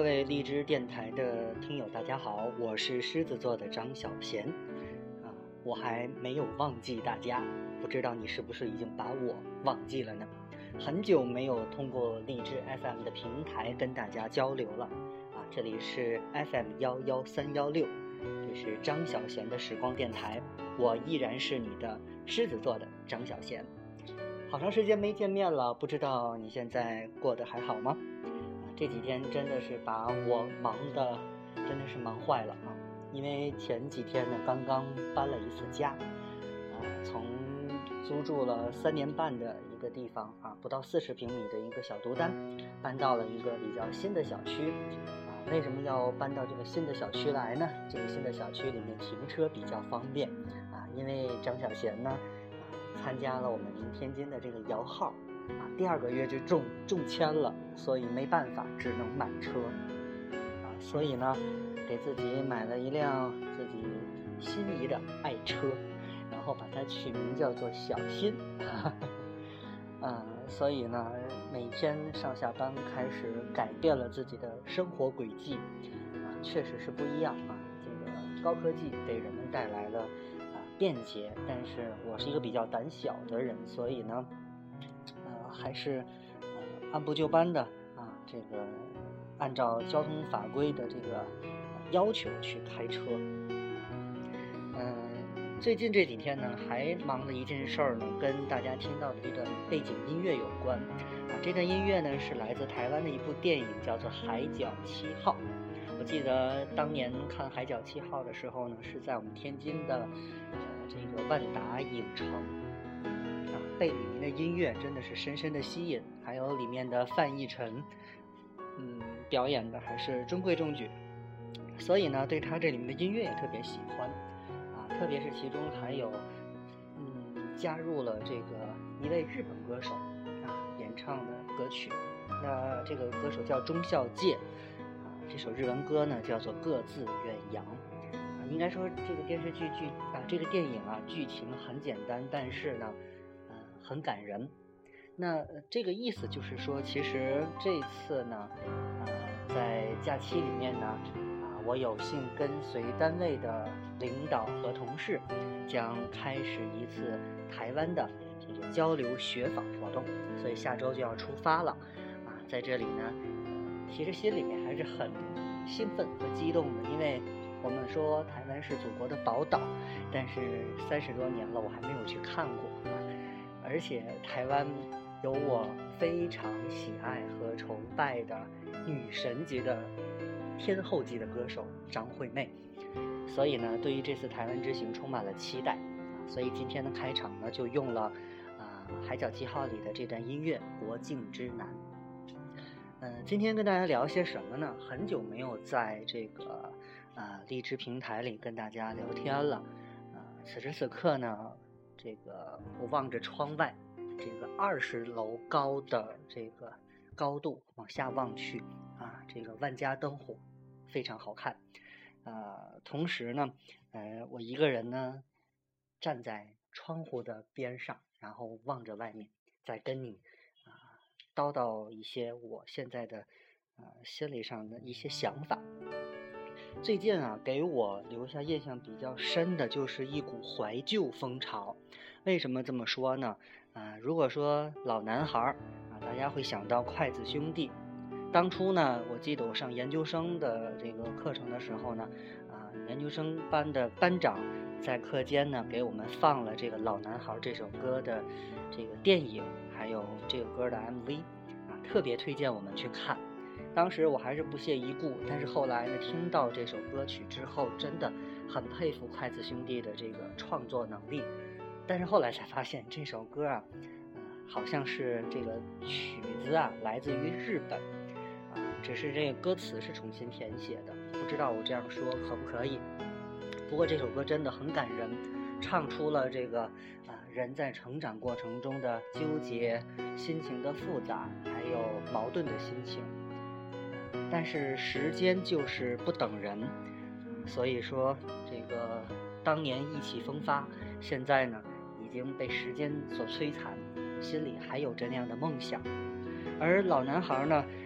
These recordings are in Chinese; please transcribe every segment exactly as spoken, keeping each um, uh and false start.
位荔枝电台的听友大家好，我是狮子座的张小贤啊，我还没有忘记大家，不知道你是不是已经把我忘记了呢？很久没有通过荔枝 F M 的平台跟大家交流了啊，这里是 F M 一一三一六，这是张小贤的时光电台，我依然是你的狮子座的张小贤。好长时间没见面了，不知道你现在过得还好吗？这几天真的是把我忙的真的是忙坏了啊！因为前几天呢刚刚搬了一次家啊，从租住了三年半的一个地方啊，不到四十平米的一个小独单，搬到了一个比较新的小区啊。为什么要搬到这个新的小区来呢？这个新的小区里面停车比较方便啊，因为张小贤呢参加了我们天津的这个摇号啊，第二个月就中中签了，所以没办法，只能买车啊。所以呢，给自己买了一辆自己心仪的爱车，然后把它取名叫做小新啊。所以呢，每天上下班开始改变了自己的生活轨迹啊，确实是不一样啊。这个高科技给人们带来了便捷，但是我是一个比较胆小的人，所以呢，呃，还是呃按部就班的啊，这个按照交通法规的这个要求去开车。嗯、呃，最近这几天呢，还忙了一件事儿呢，跟大家听到的这段背景音乐有关啊。这段音乐呢是来自台湾的一部电影，叫做《海角七号》。我记得当年看《海角七号》的时候呢，是在我们天津的呃这个万达影城啊，被里面的音乐真的是深深的吸引，还有里面的范逸臣，嗯，表演的还是中规中矩，所以呢，对他这里面的音乐也特别喜欢啊，特别是其中还有嗯加入了这个一位日本歌手啊演唱的歌曲，那这个歌手叫中孝介。这首日文歌呢叫做《各自远扬》啊，应该说这个电视剧剧啊，这个电影啊，剧情很简单，但是呢，呃，很感人。那、呃、这个意思就是说，其实这次呢，呃，在假期里面呢，啊，我有幸跟随单位的领导和同事，将开始一次台湾的这个交流学访活动，所以下周就要出发了，啊，在这里呢。其实心里面还是很兴奋和激动的，因为我们说台湾是祖国的宝岛，但是三十多年了我还没有去看过啊。而且台湾有我非常喜爱和崇拜的女神级的天后级的歌手张惠妹，所以呢，对于这次台湾之行充满了期待啊。所以今天的开场呢，就用了啊《海角七号》里的这段音乐《国境之南》。嗯、呃，今天跟大家聊些什么呢？很久没有在这个呃荔枝平台里跟大家聊天了。呃，此时此刻呢，这个我望着窗外，这个二十楼高的这个高度往下望去啊，这个万家灯火非常好看。呃，同时呢，呃，我一个人呢站在窗户的边上，然后望着外面，在跟你。叨叨一些我现在的呃心理上的一些想法。最近啊，给我留下印象比较深的就是一股怀旧风潮。为什么这么说呢？啊、呃，如果说老男孩啊，大家会想到筷子兄弟。当初呢，我记得我上研究生的这个课程的时候呢，啊、呃，研究生班的班长在课间呢给我们放了这个《老男孩》这首歌的这个电影。还有这个歌的 M V 啊，特别推荐我们去看。当时我还是不屑一顾，但是后来呢，听到这首歌曲之后，真的很佩服筷子兄弟的这个创作能力。但是后来才发现，这首歌啊，呃、好像是这个曲子啊，来自于日本啊，只是这个歌词是重新填写的。不知道我这样说可不可以？不过这首歌真的很感人。唱出了这个啊、呃、人在成长过程中的纠结、心情的复杂，还有矛盾的心情。但是时间就是不等人，所以说这个当年意气风发，现在呢已经被时间所摧残，心里还有着那样的梦想。而老男孩呢，呃，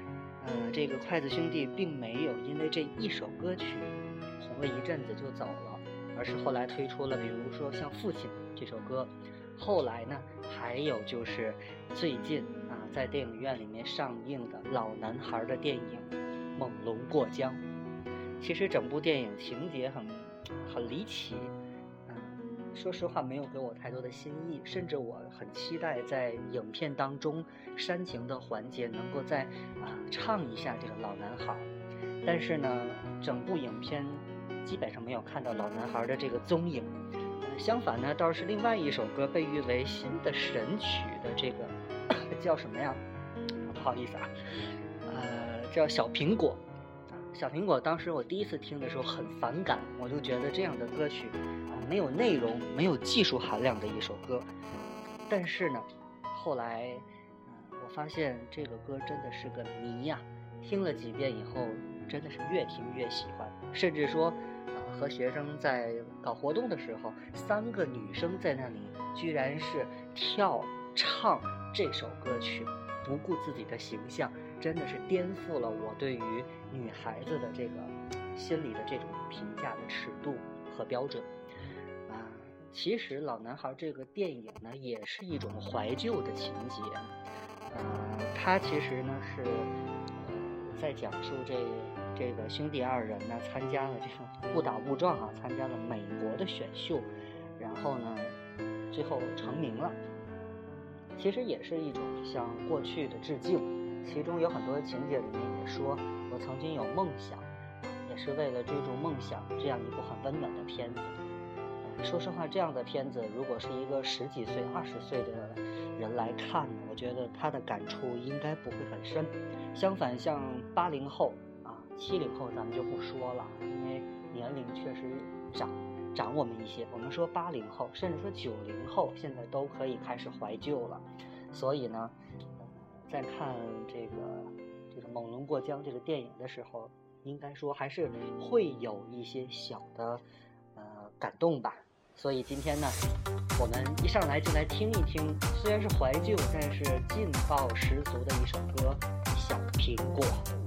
呃，这个筷子兄弟并没有因为这一首歌曲红了一阵子就走了，而是后来推出了比如说像《父亲》这首歌，后来呢还有就是最近啊在电影院里面上映的老男孩的电影《猛龙过江》。其实整部电影情节很很离奇，嗯，说实话没有给我太多的新意，甚至我很期待在影片当中煽情的环节能够再啊唱一下这个老男孩，但是呢整部影片基本上没有看到老男孩的这个踪影，呃、相反呢倒是另外一首歌被誉为新的神曲的这个叫什么呀？不好意思啊，呃，叫小苹果。小苹果当时我第一次听的时候很反感，我就觉得这样的歌曲啊没有内容、没有技术含量的一首歌。但是呢，后来、呃、我发现这个歌真的是个谜呀、啊！听了几遍以后，真的是越听越喜欢。甚至说，呃，和学生在搞活动的时候，三个女生在那里居然是跳唱这首歌曲，不顾自己的形象。真的是颠覆了我对于女孩子的这个心理的这种评价的尺度和标准啊。其实老男孩这个电影呢也是一种怀旧的情节啊，它其实呢是呃在讲述这这个兄弟二人呢参加了这种误打误撞啊参加了美国的选秀，然后呢最后成名了。其实也是一种向过去的致敬。其中有很多情节里面也说我曾经有梦想，也是为了追逐梦想，这样一部很温暖的片子。呃、说实话这样的片子如果是一个十几岁二十岁的人来看呢，我觉得他的感触应该不会很深。相反像八零后啊七零后咱们就不说了，因为年龄确实长长我们一些，我们说八零后甚至说九零后现在都可以开始怀旧了。所以呢在看这个这个《猛龙过江》这个电影的时候，应该说还是会有一些小的呃感动吧。所以今天呢，我们一上来就来听一听，虽然是怀旧，但是劲爆十足的一首歌《小苹果》。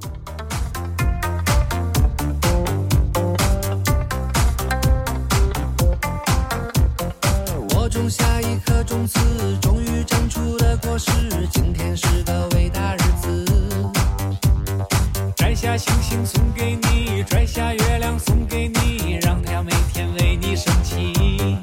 我种下一颗种子，终于长出了果实，今天是个伟大日子。摘下星星送给你，摘下月亮送给你，让它每天为你升起，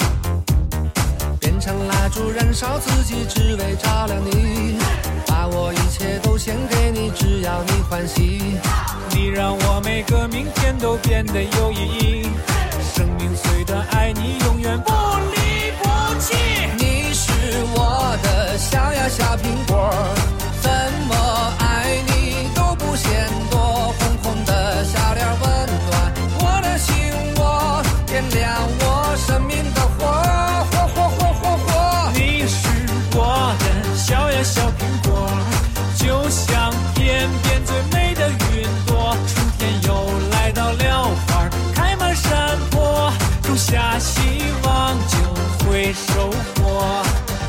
变成蜡烛燃烧自己，只为照亮你，把我一切都献给你，只要你欢喜。你让我每个明天都变得有意义，生命虽短，爱你永远不离不弃。你是我的小呀小苹果，怎么爱你都不嫌多，红红的小脸温暖我的心窝，点亮我生命的火火火火火火。你是我的小呀小苹果，就像天边最美的云朵，春天又来到了花开满山坡，种下希望就会收获。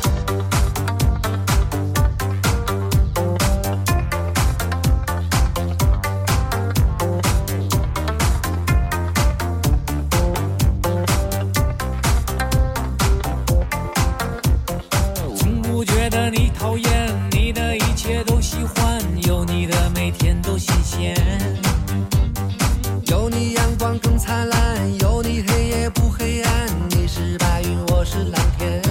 从不觉得你讨厌，你的一切都喜欢，有你的每天都新鲜，有你阳光更灿烂，有你黑夜不黑暗，你是白云我是蓝天，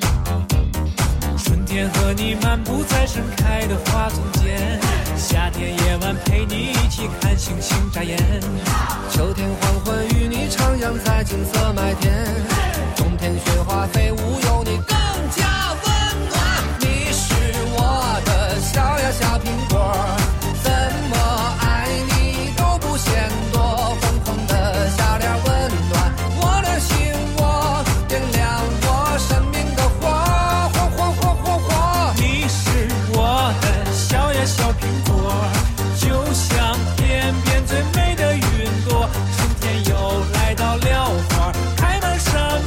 春天和你漫步在盛开的花丛间，夏天夜晚陪你一起看星星眨眼，秋天黄昏与你徜徉在金色麦田，冬天雪花飞舞有你更加温暖。你是我的小呀小苹果，怎么爱你都不嫌多，红红的小脸温暖我的心窝，点亮我生命的火火火火火火。你是我的小呀小苹果，就像天边最美的云朵，春天又来到了花开满山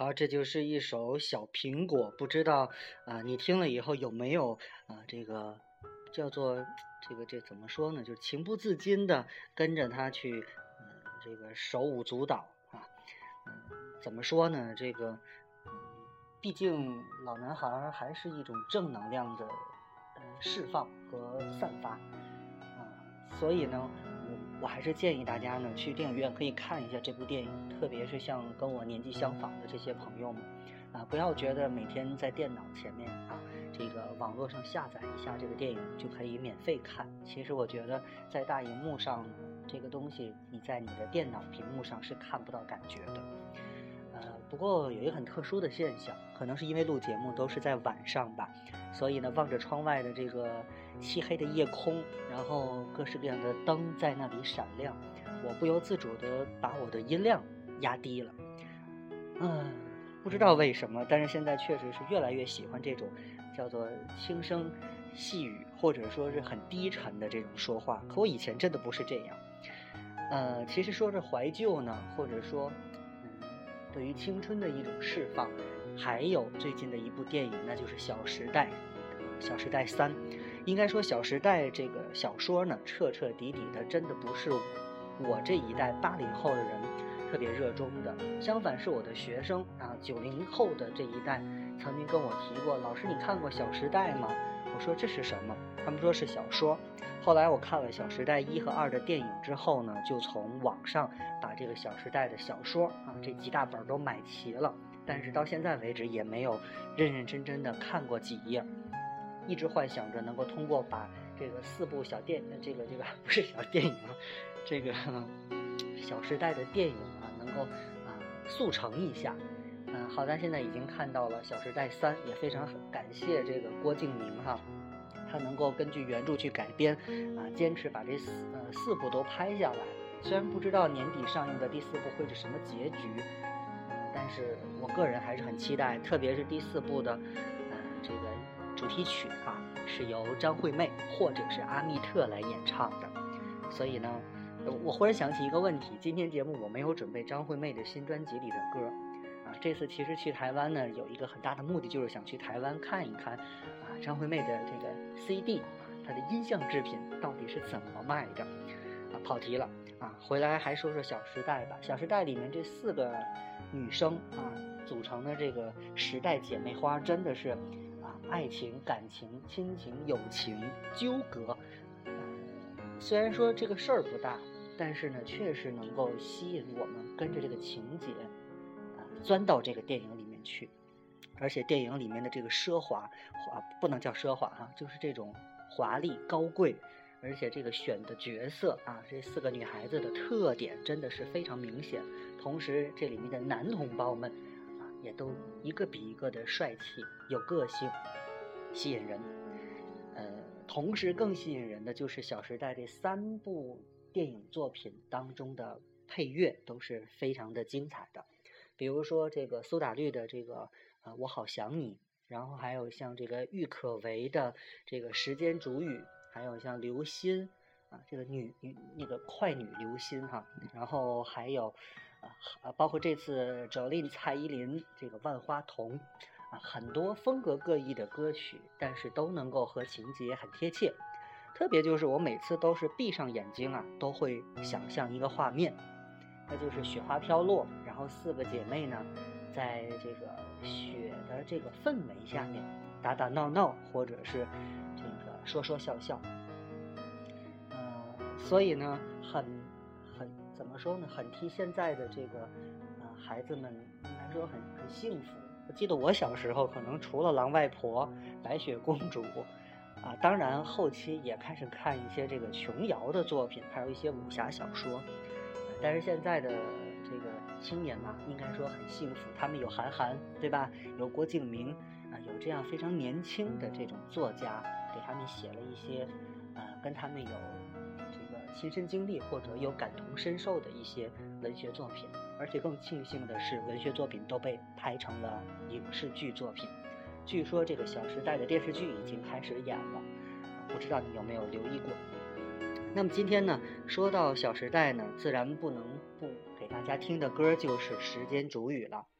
好，这就是一首小苹果，不知道啊、呃，你听了以后有没有啊、呃、这个叫做这个这怎么说呢？就是情不自禁的跟着他去，呃，这个手舞足蹈啊。嗯、呃，怎么说呢？这个，嗯，毕竟老男孩还是一种正能量的呃释放和散发啊、呃，所以呢。我还是建议大家呢去电影院可以看一下这部电影，特别是像跟我年纪相仿的这些朋友们，啊，不要觉得每天在电脑前面啊，这个网络上下载一下这个电影就可以免费看。其实我觉得在大荧幕上这个东西，你在你的电脑屏幕上是看不到感觉的。呃，不过有一个很特殊的现象，可能是因为录节目都是在晚上吧，所以呢，望着窗外的这个漆黑的夜空，然后各式各样的灯在那里闪亮，我不由自主地把我的音量压低了。嗯，不知道为什么，但是现在确实是越来越喜欢这种叫做轻声细语，或者说是很低沉的这种说话。可我以前真的不是这样。呃，其实说是怀旧呢，或者说嗯，对于青春的一种释放，还有最近的一部电影，那就是《小时代》。《小时代三》，应该说《小时代》这个小说呢，彻彻底底的真的不是我这一代八零后的人特别热衷的，相反是我的学生啊，九零后的这一代曾经跟我提过，老师你看过《小时代》吗？我说这是什么？他们说是小说。后来我看了《小时代》一和二的电影之后呢，就从网上把这个《小时代》的小说啊这几大本都买齐了，但是到现在为止也没有认认真真的看过几页。一直幻想着能够通过把这个四部小电，这个这个不是小电影啊，这个《小时代》的电影啊，能够啊速成一下。嗯，好在现在已经看到了《小时代三》，也非常感谢这个郭敬明哈，他能够根据原著去改编啊，坚持把这四呃四部都拍下来。虽然不知道年底上映的第四部会是什么结局，但是我个人还是很期待，特别是第四部的呃这个主题曲啊，是由张惠妹或者是阿密特来演唱的。所以呢，我忽然想起一个问题，今天节目我没有准备张惠妹的新专辑里的歌啊。这次其实去台湾呢，有一个很大的目的，就是想去台湾看一看啊张惠妹的这个 C D 啊，她的音像制品到底是怎么卖的啊。跑题了啊，回来还说说《小时代》吧。《小时代》里面这四个女生啊组成的这个时代姐妹花，真的是爱情、感情、亲情、友情纠葛，呃，虽然说这个事儿不大，但是呢，确实能够吸引我们跟着这个情节啊、呃、钻到这个电影里面去。而且电影里面的这个奢华，啊，不能叫奢华哈、啊，就是这种华丽高贵，而且这个选的角色啊，这四个女孩子的特点真的是非常明显。同时，这里面的男同胞们啊，也都一个比一个的帅气、有个性。吸引人，呃，同时更吸引人的就是《小时代》这三部电影作品当中的配乐都是非常的精彩的，比如说这个苏打绿的这个呃我好想你，然后还有像这个郁可唯的这个时间煮雨，还有像刘欣啊这个女女那个快女刘欣哈，然后还有啊包括这次 Jolin 蔡依林这个万花筒。很多风格各异的歌曲，但是都能够和情节很贴切。特别就是我每次都是闭上眼睛啊，都会想象一个画面，那就是雪花飘落，然后四个姐妹呢，在这个雪的这个氛围下面打打闹闹，或者是这个说说笑笑。呃，所以呢，很很怎么说呢，很替现在的这个呃孩子们应该说很很幸福。我记得我小时候可能除了狼外婆、白雪公主啊，当然后期也开始看一些这个琼瑶的作品，还有一些武侠小说。但是现在的这个青年嘛，应该说很幸福，他们有韩寒，对吧？有郭敬明啊，有这样非常年轻的这种作家给他们写了一些呃跟他们有这个亲身经历或者有感同身受的一些文学作品。而且更庆幸的是，文学作品都被拍成了影视剧作品。据说这个《小时代》的电视剧已经开始演了，不知道你有没有留意过。那么今天呢，说到《小时代》呢，自然不能不给大家听的歌就是《时间煮雨》了。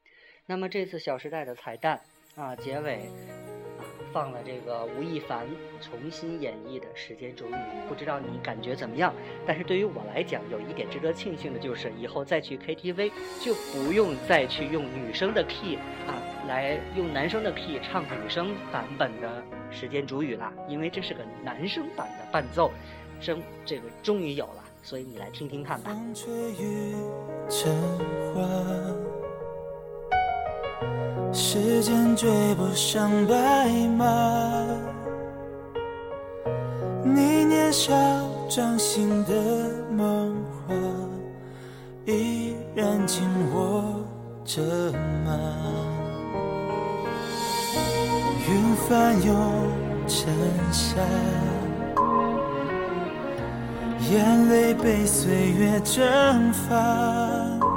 那么这次《小时代》的彩蛋啊，结尾啊放了这个吴亦凡重新演绎的《时间煮雨》，不知道你感觉怎么样？但是对于我来讲，有一点值得庆幸的就是，以后再去 K T V 就不用再去用女生的 key 啊，来用男生的 key 唱女生版本的《时间煮雨》啦，因为这是个男生版的伴奏声，这个终于有了，所以你来听听看吧。 风吹雨成花，时间追不上白马，你年少掌心的梦话依然紧握着吗？云翻涌成夏，眼泪被岁月蒸发，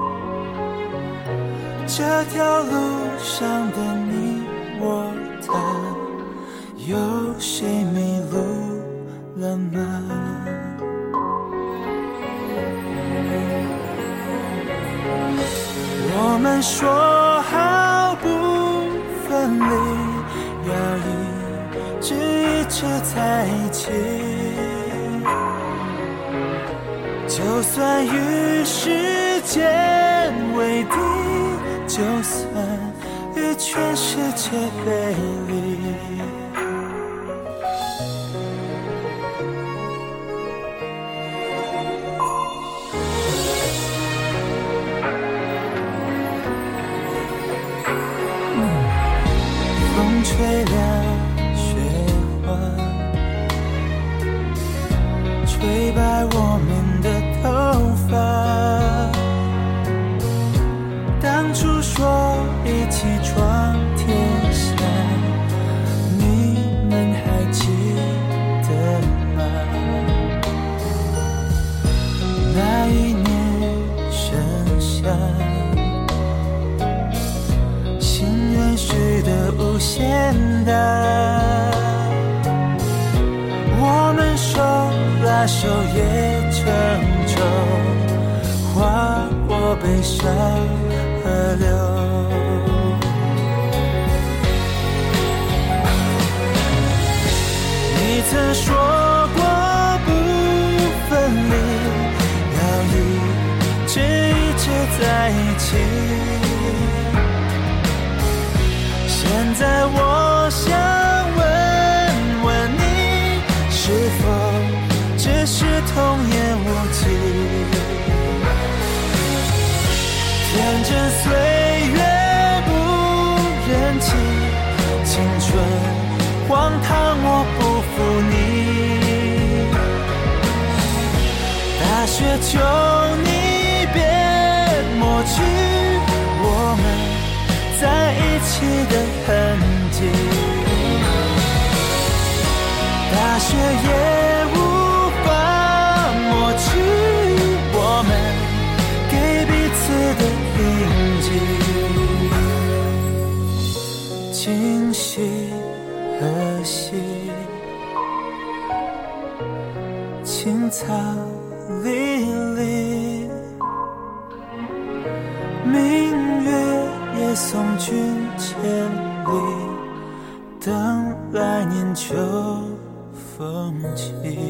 这条路上的你我他，有谁迷路了吗？我们说好不分离，要一直一直在一起，就算与时间为敌，就算与全世界背离。风吹凉雪花，吹白我们的头发，当初说一起闯天下，你们还记得吗？那一年盛夏，心愿许得无限大，我们手拉手也成舟，划过悲伤河流。你曾说过不分离，要一直一直在一起，现在我想问问你，是否只是童言无忌？天真岁月不忍欺，青春荒唐我不负你。大雪求你别抹去我们在一起的痕迹，大雪也无法抹去我们给彼此的印记。今夕何夕，青草离离，明月也送君千里，等来年秋风起。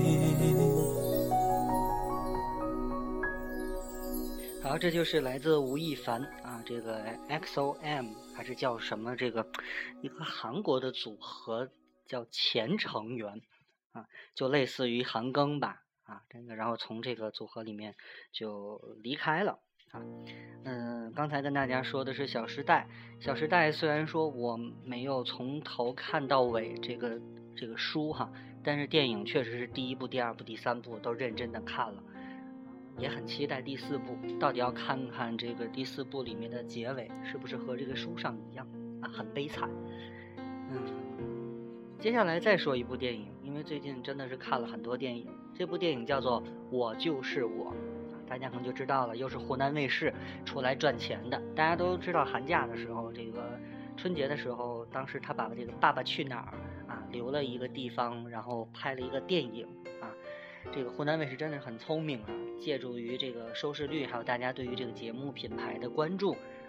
好，这就是来自吴亦凡啊，这个 X O M 还是叫什么，这个一个韩国的组合叫前成员啊，就类似于韩庚吧啊，这个然后从这个组合里面就离开了。啊，嗯，刚才跟大家说的是《小时代》，《小时代》虽然说我没有从头看到尾这个这个书哈，但是电影确实是第一部、第二部、第三部都认真的看了，也很期待第四部，到底要看看这个第四部里面的结尾是不是和这个书上一样啊，很悲惨。嗯，接下来再说一部电影，因为最近真的是看了很多电影，这部电影叫做《我就是我》。大家可能就知道了，又是湖南卫视出来赚钱的。大家都知道寒假的时候，这个春节的时候，当时他把这个《爸爸去哪儿》啊留了一个地方，然后拍了一个电影啊。这个湖南卫视真的是很聪明啊，借助于这个收视率，还有大家对于这个节目品牌的关注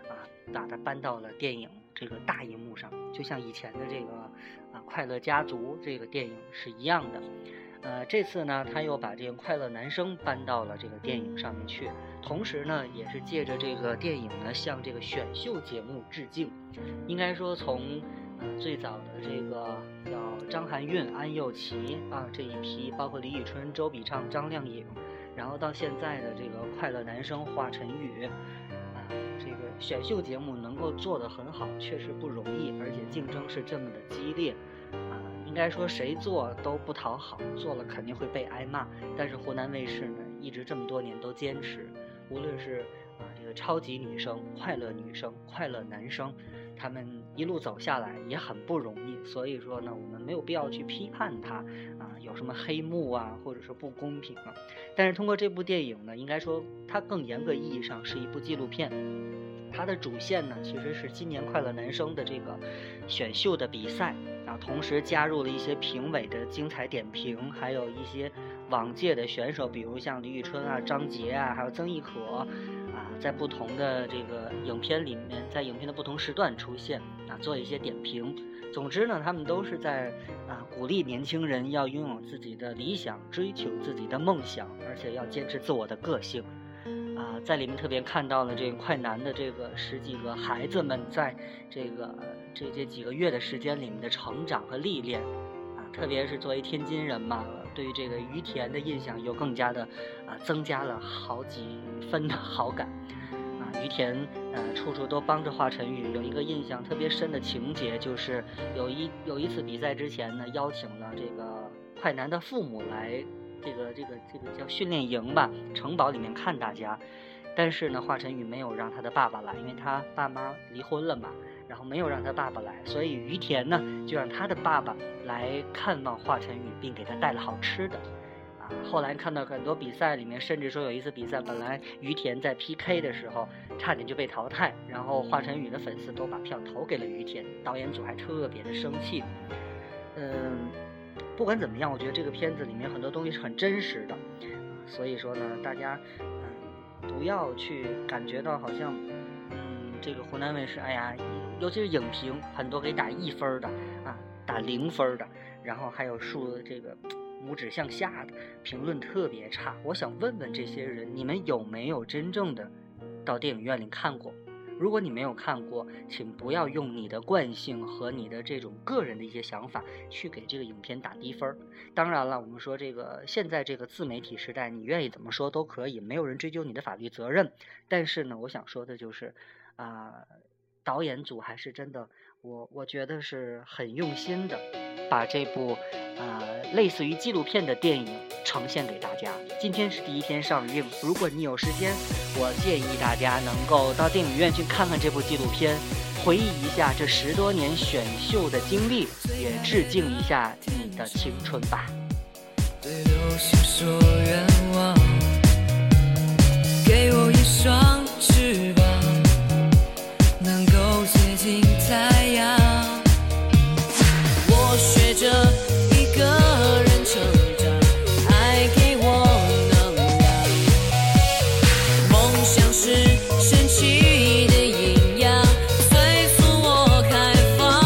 啊，把它搬到了电影这个大荧幕上，就像以前的这个啊《快乐家族》这个电影是一样的。呃，这次呢，他又把这个《快乐男声》搬到了这个电影上面去，同时呢，也是借着这个电影呢，向这个选秀节目致敬。应该说从，呃最早的这个叫张含韵、安又琪啊这一批，包括李宇春、周笔畅、张靓颖，然后到现在的这个《快乐男声》华晨宇，啊，这个选秀节目能够做得很好，确实不容易，而且竞争是这么的激烈。啊，应该说谁做都不讨好，做了肯定会被挨骂。但是湖南卫视呢，一直这么多年都坚持，无论是啊这个超级女声、快乐女声、快乐男声，他们一路走下来也很不容易。所以说呢，我们没有必要去批判他啊，有什么黑幕啊，或者说不公平啊。但是通过这部电影呢，应该说它更严格意义上是一部纪录片。它的主线呢，其实是今年快乐男声的这个选秀的比赛啊，同时加入了一些评委的精彩点评，还有一些往届的选手，比如像李宇春啊、张杰啊，还有曾轶可啊，在不同的这个影片里面，在影片的不同时段出现啊，做一些点评。总之呢，他们都是在啊鼓励年轻人要拥有自己的理想，追求自己的梦想，而且要坚持自我的个性。啊，在里面特别看到了这个快男的这个十几个孩子们在这个这这几个月的时间里面的成长和历练，啊，特别是作为天津人嘛，对于这个于田的印象又更加的啊增加了好几分的好感。啊，于田呃处处都帮着华晨宇，有一个印象特别深的情节，就是有一有一次比赛之前呢，邀请了这个快男的父母来。这个这个这个叫训练营吧，城堡里面看大家，但是呢，华晨宇没有让他的爸爸来，因为他爸妈离婚了嘛，然后没有让他爸爸来，所以于田呢就让他的爸爸来看望华晨宇，并给他带了好吃的。啊，后来看到很多比赛里面，甚至说有一次比赛，本来于田在 P K 的时候差点就被淘汰，然后华晨宇的粉丝都把票投给了于田，导演组还特别的生气。嗯。不管怎么样，我觉得这个片子里面很多东西是很真实的，所以说呢，大家嗯不要去感觉到好像嗯这个湖南卫视，哎呀，尤其是影评很多给打一分的啊，打零分的，然后还有竖这个拇指向下的评论特别差。我想问问这些人，你们有没有真正的到电影院里看过？如果你没有看过，请不要用你的惯性和你的这种个人的一些想法去给这个影片打低分。当然了，我们说这个现在这个自媒体时代，你愿意怎么说都可以，没有人追究你的法律责任。但是呢，我想说的就是啊、呃，导演组还是真的，我我觉得是很用心的，把这部啊、呃、类似于纪录片的电影呈现给大家。今天是第一天上映，如果你有时间，我建议大家能够到电影院去看看这部纪录片，回忆一下这十多年选秀的经历，也致敬一下你的青春吧。 对流星说愿望，给我一双翅膀，能够接近太阳。我学着一个人成长，爱给我能量，梦想是神奇的营养，催促我开放。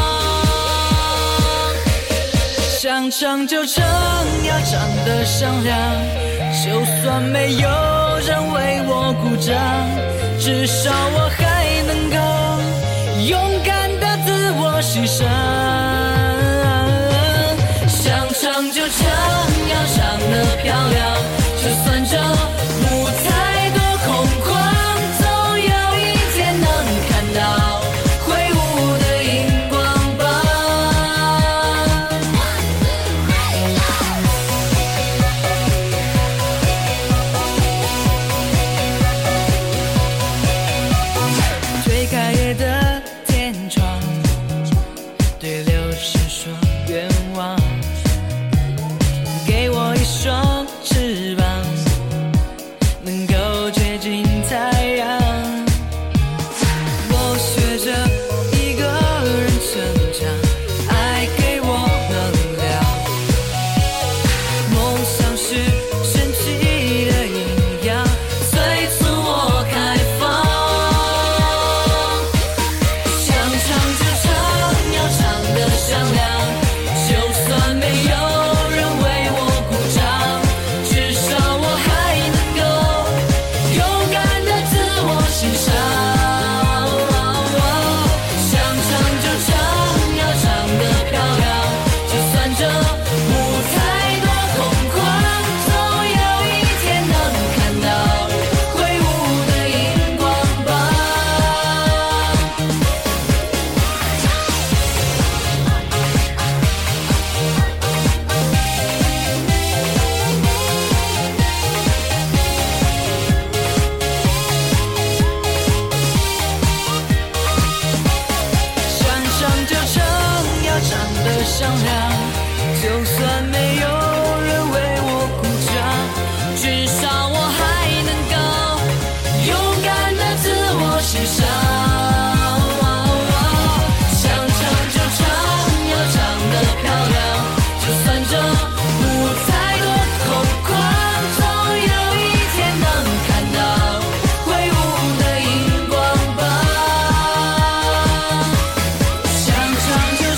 想唱就唱，要唱得响亮，就算没有人为我鼓掌，至少我还能够勇敢的自我欣赏。想唱就唱，要唱得漂亮，就算这舞台多空旷，总有一天能看到挥舞的荧光棒。 商量，就算没有人为我鼓掌，至少我还能够勇敢的自我欣赏。想唱就唱，要唱得漂亮，就算这舞台多空旷，总有一天能看到挥舞的荧光棒。想唱就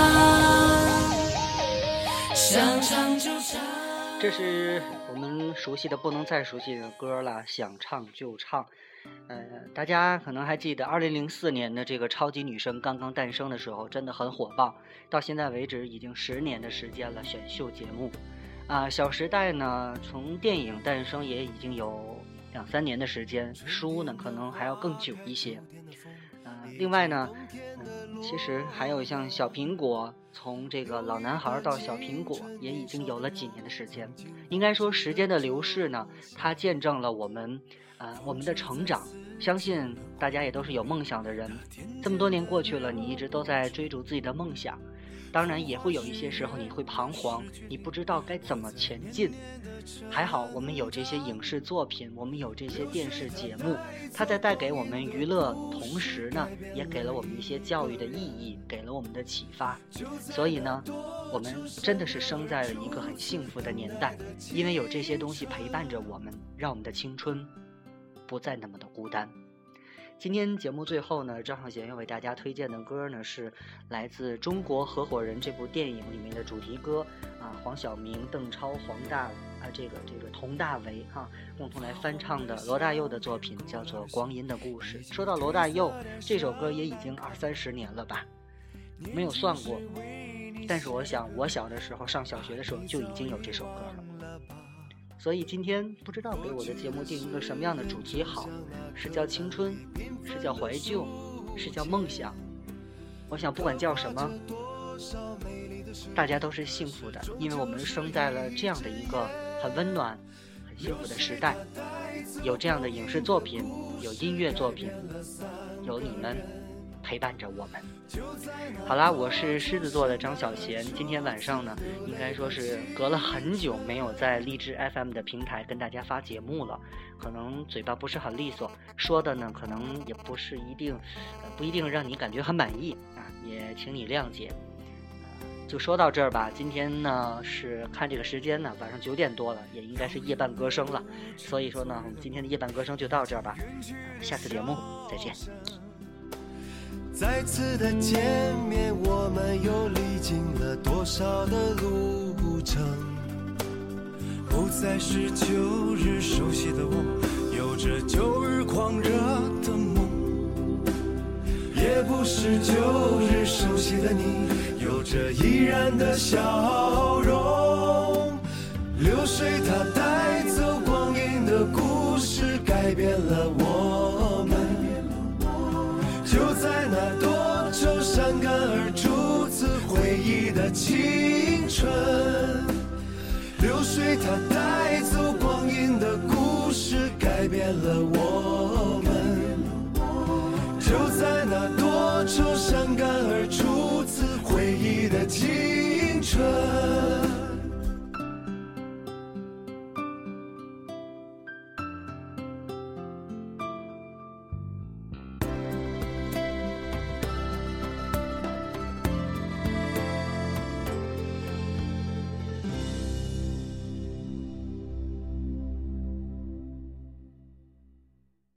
唱，想唱就唱。 这是我们熟悉的不能再熟悉的歌了，想唱就唱。呃，大家可能还记得二零零四年的这个超级女声刚刚诞生的时候，真的很火爆。到现在为止已经十年的时间了，选秀节目啊，呃《小时代》呢，从电影诞生也已经有两三年的时间，书呢可能还要更久一些。呃，另外呢，嗯，其实还有像小苹果，从这个老男孩到小苹果，也已经有了几年的时间。应该说，时间的流逝呢，它见证了我们，呃，我们的成长。相信大家也都是有梦想的人，这么多年过去了，你一直都在追逐自己的梦想。当然也会有一些时候你会彷徨，你不知道该怎么前进。还好我们有这些影视作品，我们有这些电视节目，它在带给我们娱乐同时呢，也给了我们一些教育的意义，给了我们的启发。所以呢，我们真的是生在了一个很幸福的年代，因为有这些东西陪伴着我们，让我们的青春不再那么的孤单。今天节目最后呢，张小娴要为大家推荐的歌呢，是来自《中国合伙人》这部电影里面的主题歌啊，黄晓明、邓超、黄大啊，这个这个佟大为哈、啊、共同来翻唱的罗大佑的作品，叫做《光阴的故事》。说到罗大佑，这首歌也已经二三十年了吧，没有算过，但是我想我小的时候上小学的时候就已经有这首歌了。所以今天不知道给我的节目定一个什么样的主题好，是叫青春，是叫怀旧，是叫梦想。我想不管叫什么，大家都是幸福的，因为我们生在了这样的一个很温暖很幸福的时代，有这样的影视作品，有音乐作品，有你们陪伴着我们。好啦，我是狮子座的张小娴，今天晚上呢，应该说是隔了很久没有在荔枝 F M 的平台跟大家发节目了，可能嘴巴不是很利索，说的呢可能也不是一定、呃、不一定让你感觉很满意啊，也请你谅解。就说到这儿吧，今天呢是看这个时间呢，晚上九点多了，也应该是夜半歌声了，所以说呢，我们今天的夜半歌声就到这儿吧，下次节目再见。 再次的见面，我们又历经了多少的路程？不再是旧日熟悉的我，有着旧日狂热的梦，也不是旧日熟悉的你，有着依然的笑容。流水它带走光阴的故事，改变了我们。就在那多愁善感而初次回忆的青春，流水它带走光阴的故事，改变了我们。就在那多愁善感而初次回忆的青春。